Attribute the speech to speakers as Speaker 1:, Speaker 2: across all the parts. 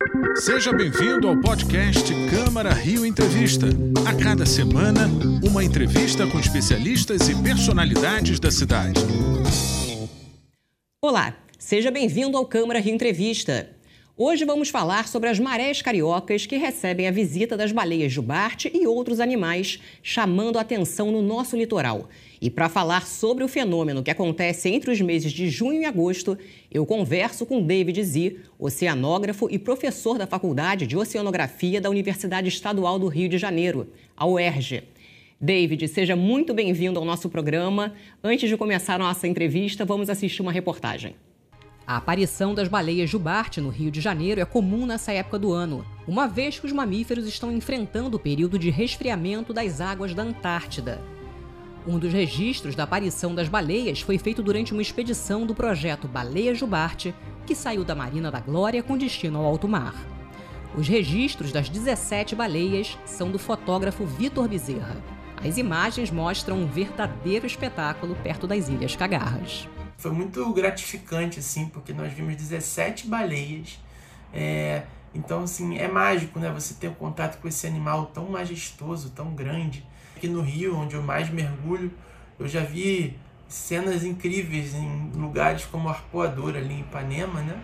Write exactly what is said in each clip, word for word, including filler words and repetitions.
Speaker 1: Seja bem-vindo ao podcast Câmara Rio Entrevista. A cada semana, uma entrevista com especialistas e personalidades da cidade.
Speaker 2: Olá, seja bem-vindo ao Câmara Rio Entrevista. Hoje vamos falar sobre as marés cariocas que recebem a visita das baleias jubarte e outros animais, chamando a atenção no nosso litoral. E para falar sobre o fenômeno que acontece entre os meses de junho e agosto, eu converso com David Zi, oceanógrafo e professor da Faculdade de Oceanografia da Universidade Estadual do Rio de Janeiro, a U E R J. David, seja muito bem-vindo ao nosso programa. Antes de começar a nossa entrevista, vamos assistir uma reportagem. A aparição das baleias jubarte no Rio de Janeiro é comum nessa época do ano, uma vez que os mamíferos estão enfrentando o período de resfriamento das águas da Antártida. Um dos registros da aparição das baleias foi feito durante uma expedição do projeto Baleia Jubarte, que saiu da Marina da Glória com destino ao alto mar. Os registros das dezessete baleias são do fotógrafo Vitor Bezerra. As imagens mostram um verdadeiro espetáculo perto das Ilhas Cagarras.
Speaker 3: Foi muito gratificante, assim, porque nós vimos dezessete baleias. É... Então, assim, é mágico, né? Você ter um contato com esse animal tão majestoso, tão grande. Aqui no Rio, onde eu mais mergulho, eu já vi cenas incríveis em lugares como Arpoador, ali em Ipanema, né?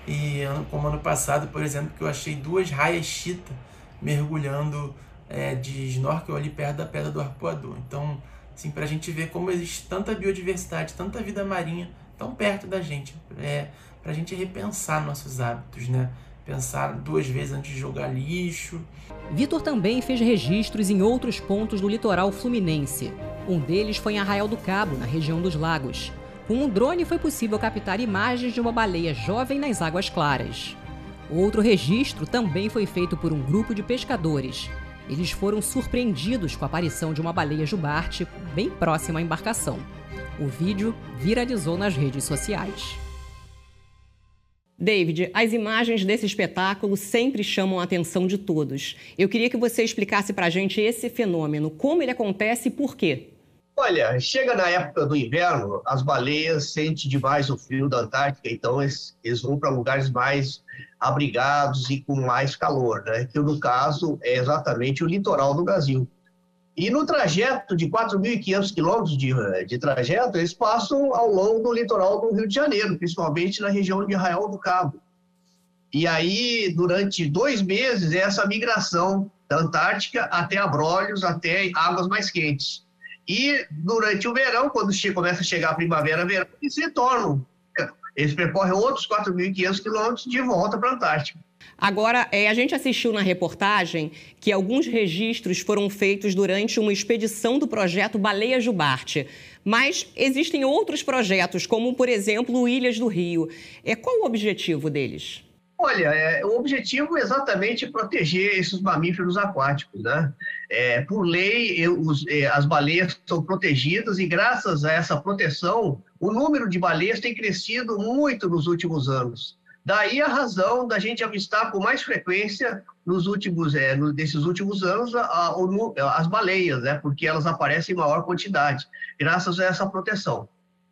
Speaker 3: E como ano passado, por exemplo, que eu achei duas raias-chita mergulhando é, de snorkel ali perto da Pedra do Arpoador. Então, assim, para a gente ver como existe tanta biodiversidade, tanta vida marinha tão perto da gente, é, para a gente repensar nossos hábitos, né? Pensar duas vezes antes de jogar lixo.
Speaker 2: Vitor também fez registros em outros pontos do litoral fluminense. Um deles foi em Arraial do Cabo, na região dos Lagos. Com um drone foi possível captar imagens de uma baleia jovem nas águas claras. Outro registro também foi feito por um grupo de pescadores. Eles foram surpreendidos com a aparição de uma baleia jubarte bem próxima à embarcação. O vídeo viralizou nas redes sociais. David, as imagens desse espetáculo sempre chamam a atenção de todos. Eu queria que você explicasse para a gente esse fenômeno, como ele acontece e por quê.
Speaker 4: Olha, chega na época do inverno, as baleias sentem demais o frio da Antártica, então eles, eles vão para lugares mais abrigados e com mais calor, né? Que no caso é exatamente o litoral do Brasil. E no trajeto de quatro mil e quinhentos quilômetros de, de trajeto, eles passam ao longo do litoral do Rio de Janeiro, principalmente na região de Arraial do Cabo. E aí, durante dois meses, é essa migração da Antártica até Abrolhos, até águas mais quentes. E durante o verão, quando che- começa a chegar a primavera, verão, eles retornam. Eles percorrem outros quatro mil e quinhentos quilômetros de volta para a Antártica.
Speaker 2: Agora, é, a gente assistiu na reportagem que alguns registros foram feitos durante uma expedição do projeto Baleia Jubarte. Mas existem outros projetos, como, por exemplo, Ilhas do Rio. É, qual o objetivo deles?
Speaker 4: Olha, é, o objetivo é exatamente proteger esses mamíferos aquáticos, né? É, por lei, eu, os, é, as baleias são protegidas e, graças a essa proteção, o número de baleias tem crescido muito nos últimos anos. Daí a razão da gente avistar com mais frequência, nos últimos, é, no, nesses últimos anos, a, a, as baleias, né? Porque elas aparecem em maior quantidade, graças a essa proteção.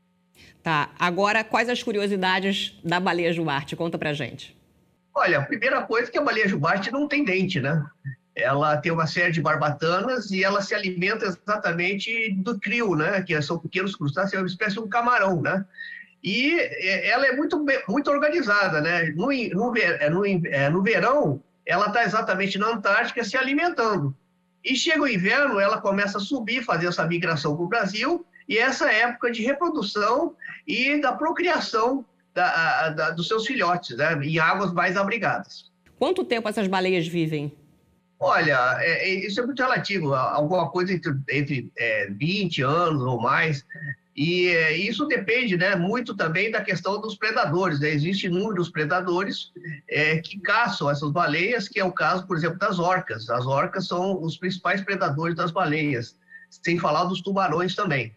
Speaker 2: Tá, agora quais as curiosidades da baleia jubarte? Conta pra gente.
Speaker 4: Olha, a primeira coisa é que a baleia jubarte não tem dente, né? Ela tem uma série de barbatanas e ela se alimenta exatamente do crio, né? Que são pequenos crustáceos, é uma espécie de um camarão, né? E ela é muito, muito organizada, né? No, no, no, no verão, ela está exatamente na Antártica se alimentando. E chega o inverno, ela começa a subir, fazer essa migração para o Brasil, e essa época de reprodução e da procriação da, da, dos seus filhotes, né? Em águas mais abrigadas.
Speaker 2: Quanto tempo essas baleias vivem?
Speaker 4: Olha, é, isso é muito relativo, alguma coisa entre, entre é, vinte anos ou mais. E é, isso depende, né, muito também da questão dos predadores, né? Existem inúmeros predadores é, que caçam essas baleias, que é o caso, por exemplo, das orcas. As orcas são os principais predadores das baleias, sem falar dos tubarões também.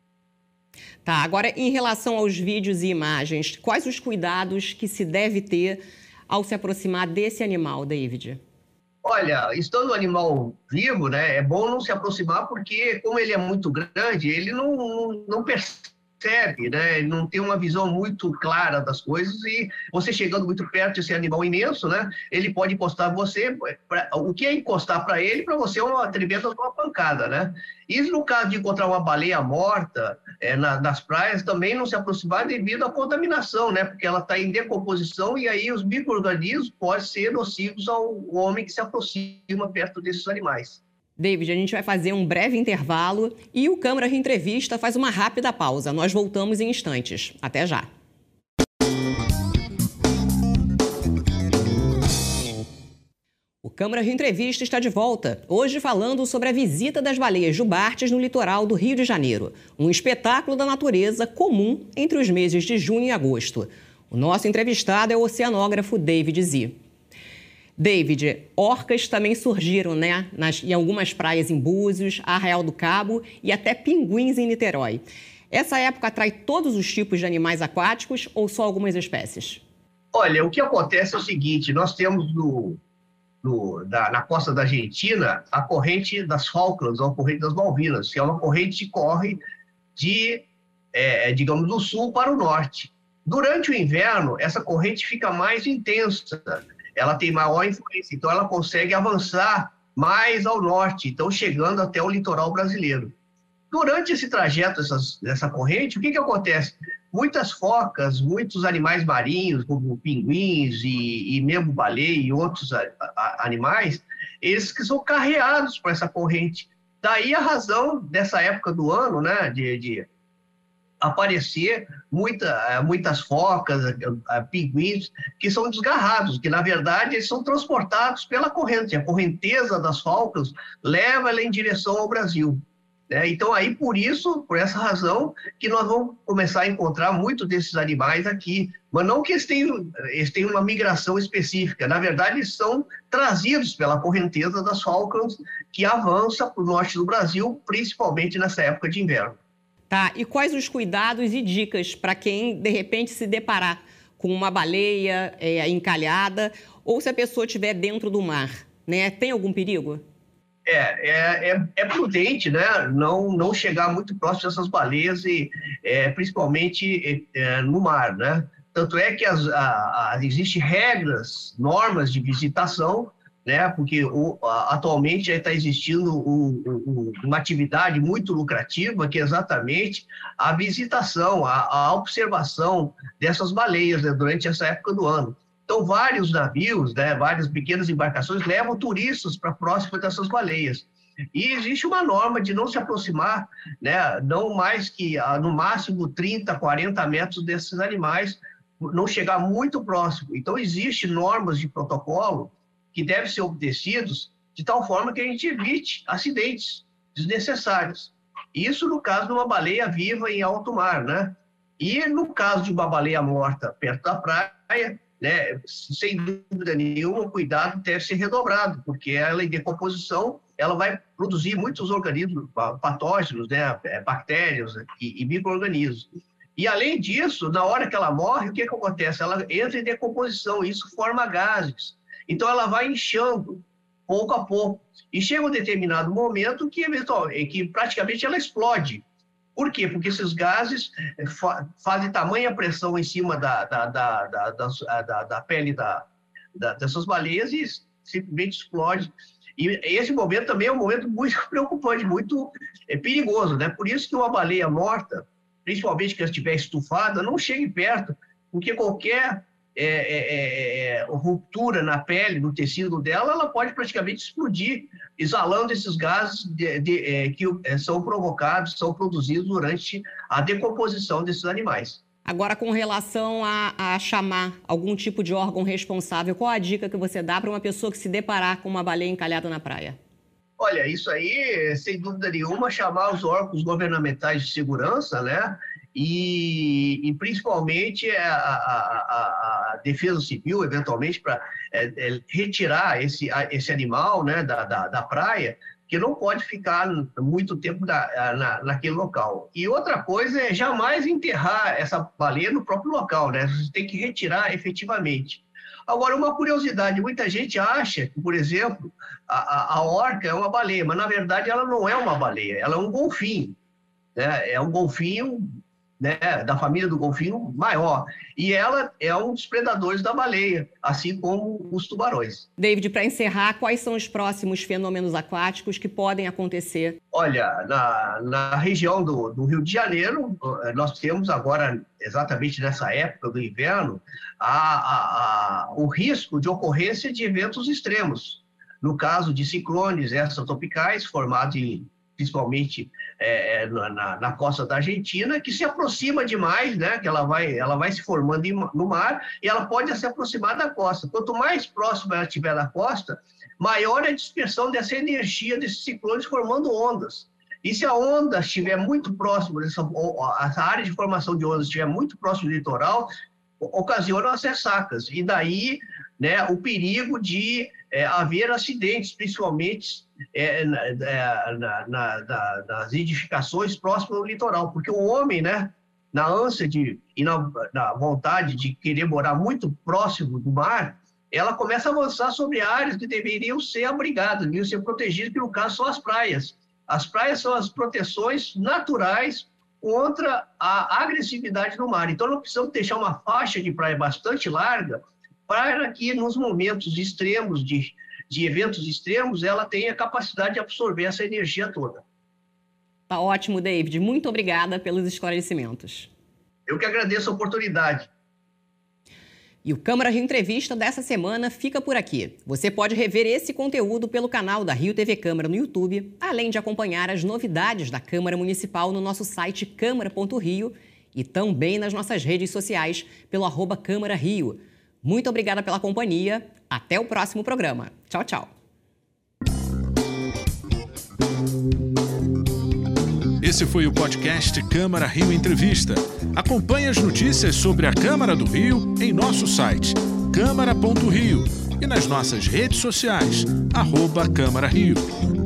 Speaker 2: Tá, agora em relação aos vídeos e imagens, quais os cuidados que se deve ter ao se aproximar desse animal, David?
Speaker 4: Olha, estando o animal vivo, né, é bom não se aproximar porque, como ele é muito grande, ele não, não, não percebe percebe, né? Não tem uma visão muito clara das coisas e você chegando muito perto desse animal imenso, né? Ele pode encostar você, pra, o que é encostar para ele, para você é uma tremenda uma pancada, né? E no caso de encontrar uma baleia morta é, na, nas praias, também não se aproximar devido à contaminação, né? Porque ela está em decomposição e aí os micro-organismos podem ser nocivos ao homem que se aproxima perto desses animais.
Speaker 2: David, a gente vai fazer um breve intervalo e o Câmara Entrevista faz uma rápida pausa. Nós voltamos em instantes. Até já. O Câmara Entrevista está de volta, hoje falando sobre a visita das baleias jubartes no litoral do Rio de Janeiro. Um espetáculo da natureza comum entre os meses de junho e agosto. O nosso entrevistado é o oceanógrafo David Zi. David, orcas também surgiram, né, nas, em algumas praias em Búzios, Arraial do Cabo e até pinguins em Niterói. Essa época atrai todos os tipos de animais aquáticos ou só algumas espécies?
Speaker 4: Olha, o que acontece é o seguinte, nós temos no, no, da, na costa da Argentina a corrente das Falklands, ou a corrente das Malvinas, que é uma corrente que corre de, é, digamos, do sul para o norte. Durante o inverno, essa corrente fica mais intensa, ela tem maior influência, então ela consegue avançar mais ao norte, então chegando até o litoral brasileiro. Durante esse trajeto dessas, dessa corrente, o que, que acontece? Muitas focas, muitos animais marinhos, como pinguins e, e mesmo baleia e outros a, a, animais, eles que são carreados por essa corrente. Daí a razão dessa época do ano, né, de, de aparecer muita, muitas focas, pinguins, que são desgarrados, que na verdade eles são transportados pela corrente. A correnteza das focas leva ela em direção ao Brasil. Né? Então aí por isso, por essa razão, que nós vamos começar a encontrar muitos desses animais aqui, mas não que eles tenham, eles tenham uma migração específica, na verdade eles são trazidos pela correnteza das Falklands, que avança para o norte do Brasil, principalmente nessa época de inverno.
Speaker 2: Tá, e quais os cuidados e dicas para quem, de repente, se deparar com uma baleia é, encalhada ou se a pessoa estiver dentro do mar, né? Tem algum perigo?
Speaker 4: É, é, é, é prudente, né? Não, não chegar muito próximo dessas baleias, e, é, principalmente é, no mar, né? Tanto é que as, a, a, existem regras, normas de visitação, né? Porque o, a, atualmente já está existindo um, um, uma atividade muito lucrativa, que é exatamente a visitação, a, a observação dessas baleias, né, durante essa época do ano. Então, vários navios, né, várias pequenas embarcações levam turistas para próximo dessas baleias. E existe uma norma de não se aproximar, né, não mais que no máximo trinta, quarenta metros desses animais, não chegar muito próximo. Então, existem normas de protocolo que devem ser obedecidos de tal forma que a gente evite acidentes desnecessários. Isso no caso de uma baleia viva em alto mar, né? E no caso de uma baleia morta perto da praia, né, sem dúvida nenhuma, o cuidado deve ser redobrado, porque ela em decomposição, ela vai produzir muitos organismos patógenos, né, bactérias e, e micro-organismos. E além disso, na hora que ela morre, o que, que acontece? Ela entra em decomposição, e isso forma gases. Então, ela vai inchando pouco a pouco. E chega um determinado momento que, que praticamente ela explode. Por quê? Porque esses gases fazem tamanha pressão em cima da, da, da, da, da, da pele da, da, dessas baleias e simplesmente explode. E esse momento também é um momento muito preocupante, muito é, perigoso, né? Por isso que uma baleia morta, principalmente que ela estiver estufada, não chegue perto, porque qualquer É, é, é, ruptura na pele, no tecido dela, ela pode praticamente explodir, exalando esses gases de, de, é, que é, são provocados, são produzidos durante a decomposição desses animais.
Speaker 2: Agora, com relação a, a chamar algum tipo de órgão responsável, qual a dica que você dá para uma pessoa que se deparar com uma baleia encalhada na praia?
Speaker 4: Olha, isso aí, sem dúvida nenhuma, chamar os órgãos governamentais de segurança, né? E, e principalmente a, a, a, a defesa civil, eventualmente, para é, é, retirar esse, a, esse animal, né, da, da, da praia, que não pode ficar muito tempo na, na, naquele local. E outra coisa é jamais enterrar essa baleia no próprio local, né? Você tem que retirar efetivamente. Agora, uma curiosidade, muita gente acha que, por exemplo, a, a orca é uma baleia, mas na verdade ela não é uma baleia, ela é um golfinho, né? É um golfinho né, da família do golfinho maior. E ela é um dos predadores da baleia, assim como os tubarões.
Speaker 2: David, para encerrar, quais são os próximos fenômenos aquáticos que podem acontecer?
Speaker 4: Olha, na, na região do, do Rio de Janeiro, nós temos agora, exatamente nessa época do inverno, a, a, a, o risco de ocorrência de eventos extremos. No caso de ciclones extratropicais, formados em principalmente é, na, na costa da Argentina, que se aproxima demais, né? Que ela vai, ela vai se formando em, no mar e ela pode se aproximar da costa. Quanto mais próxima ela estiver da costa, maior é a dispersão dessa energia desses ciclones formando ondas. E se a onda estiver muito próxima, dessa, essa área de formação de ondas estiver muito próximo do litoral, ocasiona as ressacas. E daí, né, o perigo de é, haver acidentes, principalmente é, na, na, na, na, nas edificações próximas ao litoral, porque o homem, né, na ânsia de, e na, na vontade de querer morar muito próximo do mar, ela começa a avançar sobre áreas que deveriam ser abrigadas, deveriam ser protegidas, que no caso são as praias. As praias são as proteções naturais contra a agressividade do mar. Então, nós precisamos deixar uma faixa de praia bastante larga para que, nos momentos extremos, de, de eventos extremos, ela tenha capacidade de absorver essa energia toda.
Speaker 2: Tá ótimo, David. Muito obrigada pelos esclarecimentos.
Speaker 4: Eu que agradeço a oportunidade.
Speaker 2: E o Câmara Rio Entrevista dessa semana fica por aqui. Você pode rever esse conteúdo pelo canal da Rio T V Câmara no YouTube, além de acompanhar as novidades da Câmara Municipal no nosso site câmara ponto rio e também nas nossas redes sociais pelo arroba Câmara Rio. Muito obrigada pela companhia. Até o próximo programa. Tchau, tchau.
Speaker 1: Esse foi o podcast Câmara Rio Entrevista. Acompanhe as notícias sobre a Câmara do Rio em nosso site câmara ponto rio e nas nossas redes sociais, arroba Câmara Rio.